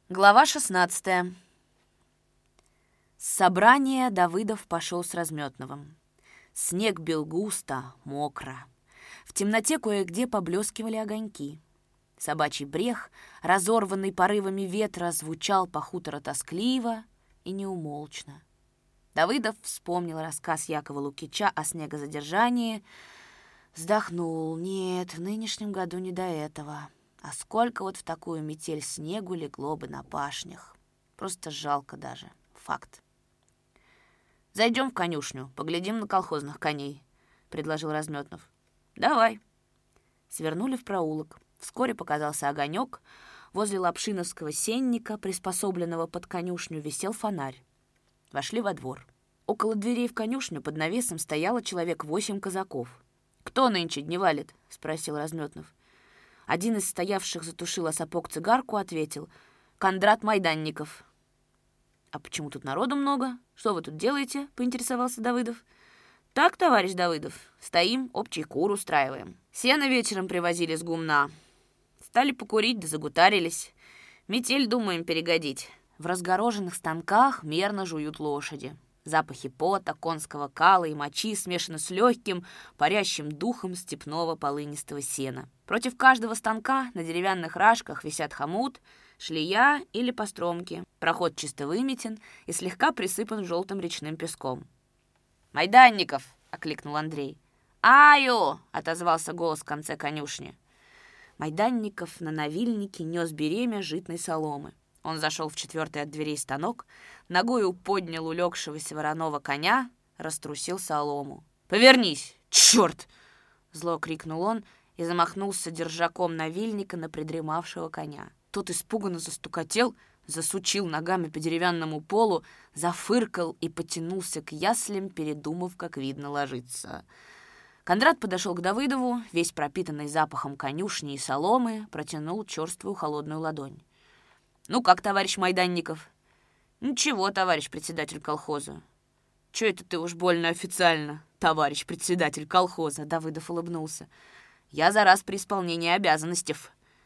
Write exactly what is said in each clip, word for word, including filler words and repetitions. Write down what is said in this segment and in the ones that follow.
Глава шестнадцатая. С собрания Давыдов пошел с Разметновым. Снег бил густо, мокро. В темноте кое-где поблескивали огоньки. Собачий брех, разорванный порывами ветра, звучал по хутору тоскливо и неумолчно. Давыдов вспомнил рассказ Якова Лукича о снегозадержании, вздохнул. Нет, в нынешнем году не до этого. А сколько вот в такую метель снегу легло бы на пашнях. Просто жалко даже. Факт. «Зайдем в конюшню, поглядим на колхозных коней», — предложил Разметнов. «Давай». Свернули в проулок. Вскоре показался огонек. Возле лапшиновского сенника, приспособленного под конюшню, висел фонарь. Вошли во двор. Около дверей в конюшню под навесом стояло человек восемь казаков. «Кто нынче дневалит?» — спросил Разметнов. Один из стоявших затушил о сапог цигарку, ответил: «Кондрат Майданников». «А почему тут народу много? Что вы тут делаете?» — поинтересовался Давыдов. «Так, товарищ Давыдов, стоим, общий кур устраиваем. Сено вечером привозили с гумна. Стали покурить да загутарились. Метель думаем перегодить». В разгороженных станках мерно жуют лошади. Запахи пота, конского кала и мочи смешаны с легким, парящим духом степного полынистого сена. Против каждого станка на деревянных рожках висят хомут, шлея или постромки. Проход чисто выметен и слегка присыпан желтым речным песком. «Майданников!» — окликнул Андрей. «Аю!» — отозвался голос в конце конюшни. Майданников на навильнике нес беремя житной соломы. Он зашел в четвертый от дверей станок, ногою поднял улегшегося вороного коня, раструсил солому. «Повернись! Черт!» — зло крикнул он и замахнулся держаком навильника на придремавшего коня. Тот испуганно застукотел, засучил ногами по деревянному полу, зафыркал и потянулся к яслям, передумав, как видно, ложиться. Кондрат подошел к Давыдову, весь пропитанный запахом конюшни и соломы, протянул черствую холодную ладонь. «Ну как, товарищ Майданников?» «Ничего, товарищ председатель колхоза». «Чё это ты уж больно официально, товарищ председатель колхоза?» Давыдов улыбнулся. «Я за раз при исполнении обязанностей».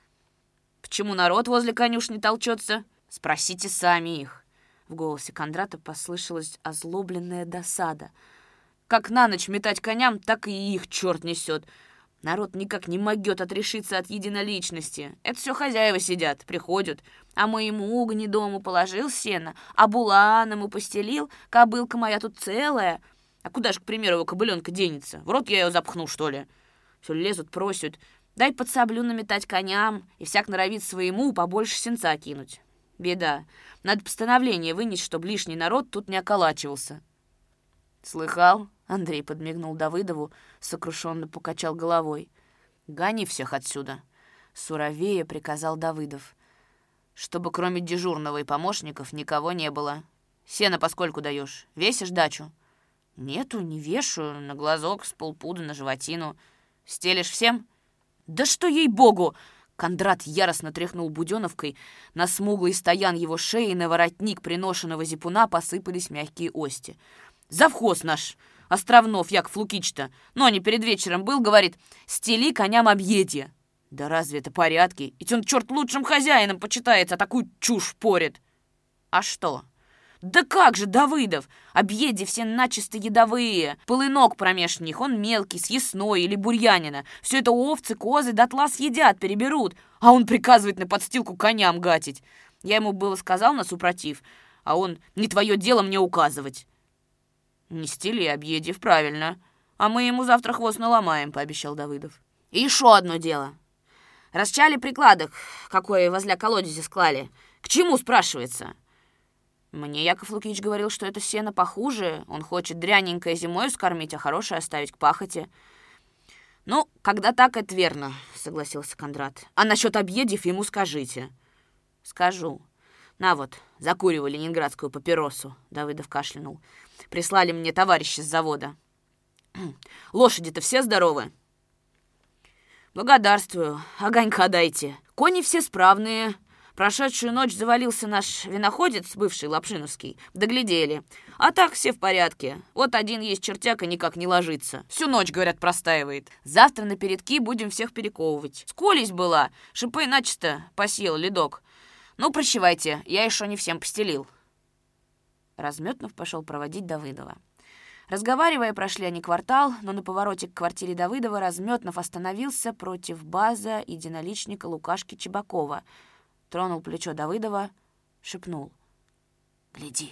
«Почему народ возле конюшни толчется? Спросите сами их». В голосе Кондрата послышалась озлобленная досада. «Как на ночь метать коням, так и их черт несет. Народ никак не могет отрешиться от единоличности. Это все хозяева сидят, приходят. А моему гнедому положил сено, а булан ему постелил, кобылка моя тут целая. А куда же, к примеру, его кобыленка денется? В рот я ее запхну, что ли?» Все лезут, просят. Дай под саблю наметать коням, и всяк норовит своему побольше сенца кинуть. Беда. Надо постановление вынести, чтобы лишний народ тут не околачивался. «Слыхал?» — Андрей подмигнул Давыдову, сокрушенно покачал головой. «Гони всех отсюда!» — суровее приказал Давыдов. «Чтобы кроме дежурного и помощников никого не было. Сено поскольку даешь? Весишь дачу?» «Нету, не вешаю. На глазок, с полпуда на животину. Стелишь всем?» «Да что ей-богу!» Кондрат яростно тряхнул буденовкой. На смуглый стоян его шеи на воротник приношенного зипуна посыпались мягкие ости. «Завхоз наш, Островнов Яков Лукич-то, но не перед вечером был, говорит, стели коням объедье». «Да разве это порядки? Ведь он, черт, лучшим хозяином почитается, а такую чушь порит». «А что?» «Да как же, Давыдов! Объедья все начисто ядовые. Полынок промеж них, он мелкий, съестной или бурьянина. Все это овцы, козы дотла съедят, переберут. А он приказывает на подстилку коням гатить. Я ему было сказал на супротив, а он: не твое дело мне указывать». «Не стели объедев, правильно. А мы ему завтра хвост наломаем», — пообещал Давыдов. «И еще одно дело. Расчали прикладок, какое возле колодези склали. К чему, спрашивается?» «Мне Яков Лукич говорил, что это сено похуже. Он хочет дряненькое зимой скормить, а хорошее оставить к пахоте». «Ну, когда так, это верно», — согласился Кондрат. «А насчет объедев ему скажите». «Скажу. На вот, закуривай ленинградскую папиросу», — Давыдов кашлянул. «Прислали мне товарищи с завода». «Лошади-то все здоровы?» «Благодарствую. Огонька дайте. Кони все справные. Прошедшую ночь завалился наш виноходец, бывший Лапшиновский. Доглядели. А так все в порядке. Вот один есть чертяка, никак не ложится. Всю ночь, говорят, простаивает. Завтра на передки будем всех перековывать. Сколись была. Шипы начисто посел ледок. Ну, прощавайте, я еще не всем постелил». Разметнов пошел проводить Давыдова. Разговаривая, прошли они квартал, но на повороте к квартире Давыдова Разметнов остановился против база единоличника Лукашки Чебакова, тронул плечо Давыдова, шепнул: «Гляди».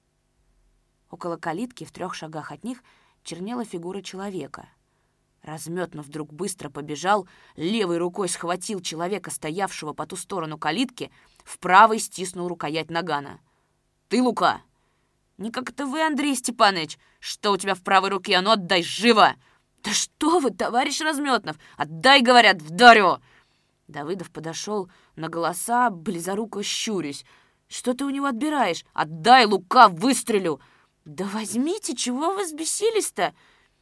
Около калитки, в трех шагах от них, чернела фигура человека. Разметнов вдруг быстро побежал, левой рукой схватил человека, стоявшего по ту сторону калитки, в правой стиснул рукоять нагана. «Ты, Лука!» «Не как это вы, Андрей Степанович! Что у тебя в правой руке? А ну, отдай живо!» «Да что вы, товарищ Разметнов! Отдай, говорят, вдарю!» Давыдов подошел на голоса, близоруко щурясь. «Что ты у него отбираешь? Отдай, Лука, выстрелю!» «Да возьмите, чего вы взбесились-то?»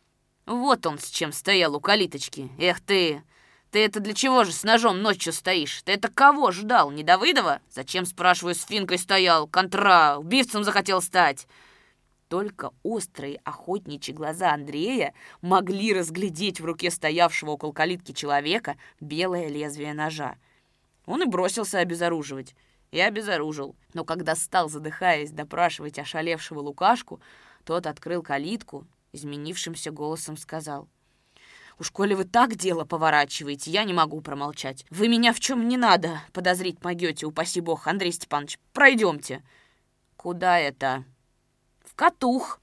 «Вот он с чем стоял у калиточки. Эх ты! Ты это для чего же с ножом ночью стоишь? Ты это кого ждал? Не Давыдова? Зачем, спрашиваю, с финкой стоял? Контра! Убивцем захотел стать!» Только острые охотничьи глаза Андрея могли разглядеть в руке стоявшего около калитки человека белое лезвие ножа. Он и бросился обезоруживать. И обезоружил. Но когда стал, задыхаясь, допрашивать ошалевшего Лукашку, тот открыл калитку, изменившимся голосом сказал: «Уж коли вы так дело поворачиваете, я не могу промолчать. Вы меня в чем не надо подозрить могете, упаси бог, Андрей Степанович. Пройдемте». «Куда это?» «В Катух».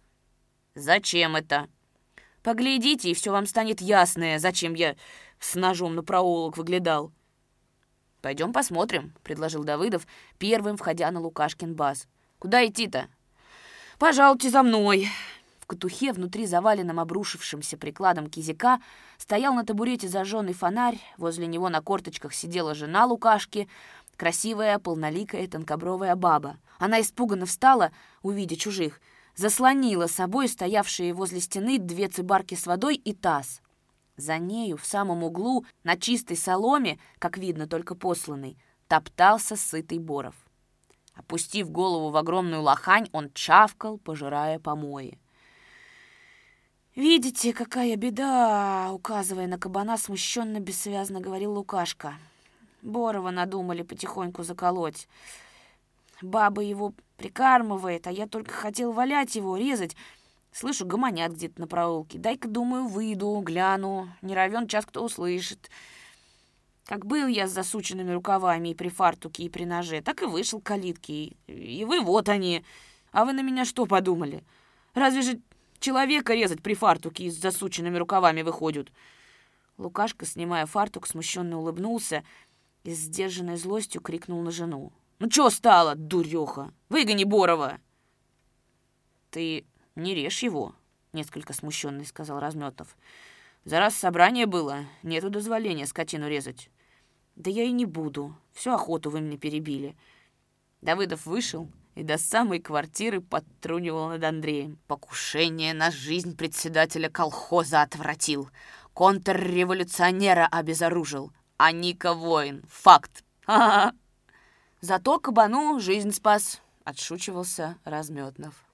«Зачем это?» «Поглядите, и все вам станет ясное, зачем я с ножом на проулок выглядал». «Пойдем посмотрим», — предложил Давыдов, первым входя на Лукашкин баз. «Куда идти-то?» «Пожалуйте за мной». В Катухе, внутри заваленном обрушившимся прикладом кизяка, стоял на табурете зажженный фонарь, возле него на корточках сидела жена Лукашки, красивая, полноликая, тонкобровая баба. Она испуганно встала, увидя чужих, заслонила собой стоявшие возле стены две цыбарки с водой и таз. За нею, в самом углу, на чистой соломе, как видно, только посланный, топтался сытый Боров. Опустив голову в огромную лохань, он чавкал, пожирая помои. «Видите, какая беда!» — указывая на кабана, смущенно, бессвязно говорил Лукашка. «Борова надумали потихоньку заколоть. Баба его прикармывает, а я только хотел валять его, резать. Слышу, гомонят где-то на проулке. Дай-ка, думаю, выйду, гляну. Не равен час кто услышит. Как был я с засученными рукавами и при фартуке, и при ноже, так и вышел к калитке. И, и вы вот они. А вы на меня что подумали? Разве же человека резать при фартуке и с засученными рукавами выходят?» Лукашка, снимая фартук, смущенно улыбнулся и с сдержанной злостью крикнул на жену: «Ну чё стало, дуреха? Выгони Борова!» «Ты не режь его», — несколько смущенный сказал Разметнов. «За раз собрание было, нету дозволения скотину резать». «Да я и не буду. Всю охоту вы мне перебили». Давыдов вышел и до самой квартиры подтрунивал над Андреем. «Покушение на жизнь председателя колхоза отвратил. Контрреволюционера обезоружил. А Ника воин. Факт. Ха-ха-ха. Зато кабану жизнь спас», — отшучивался Разметнов.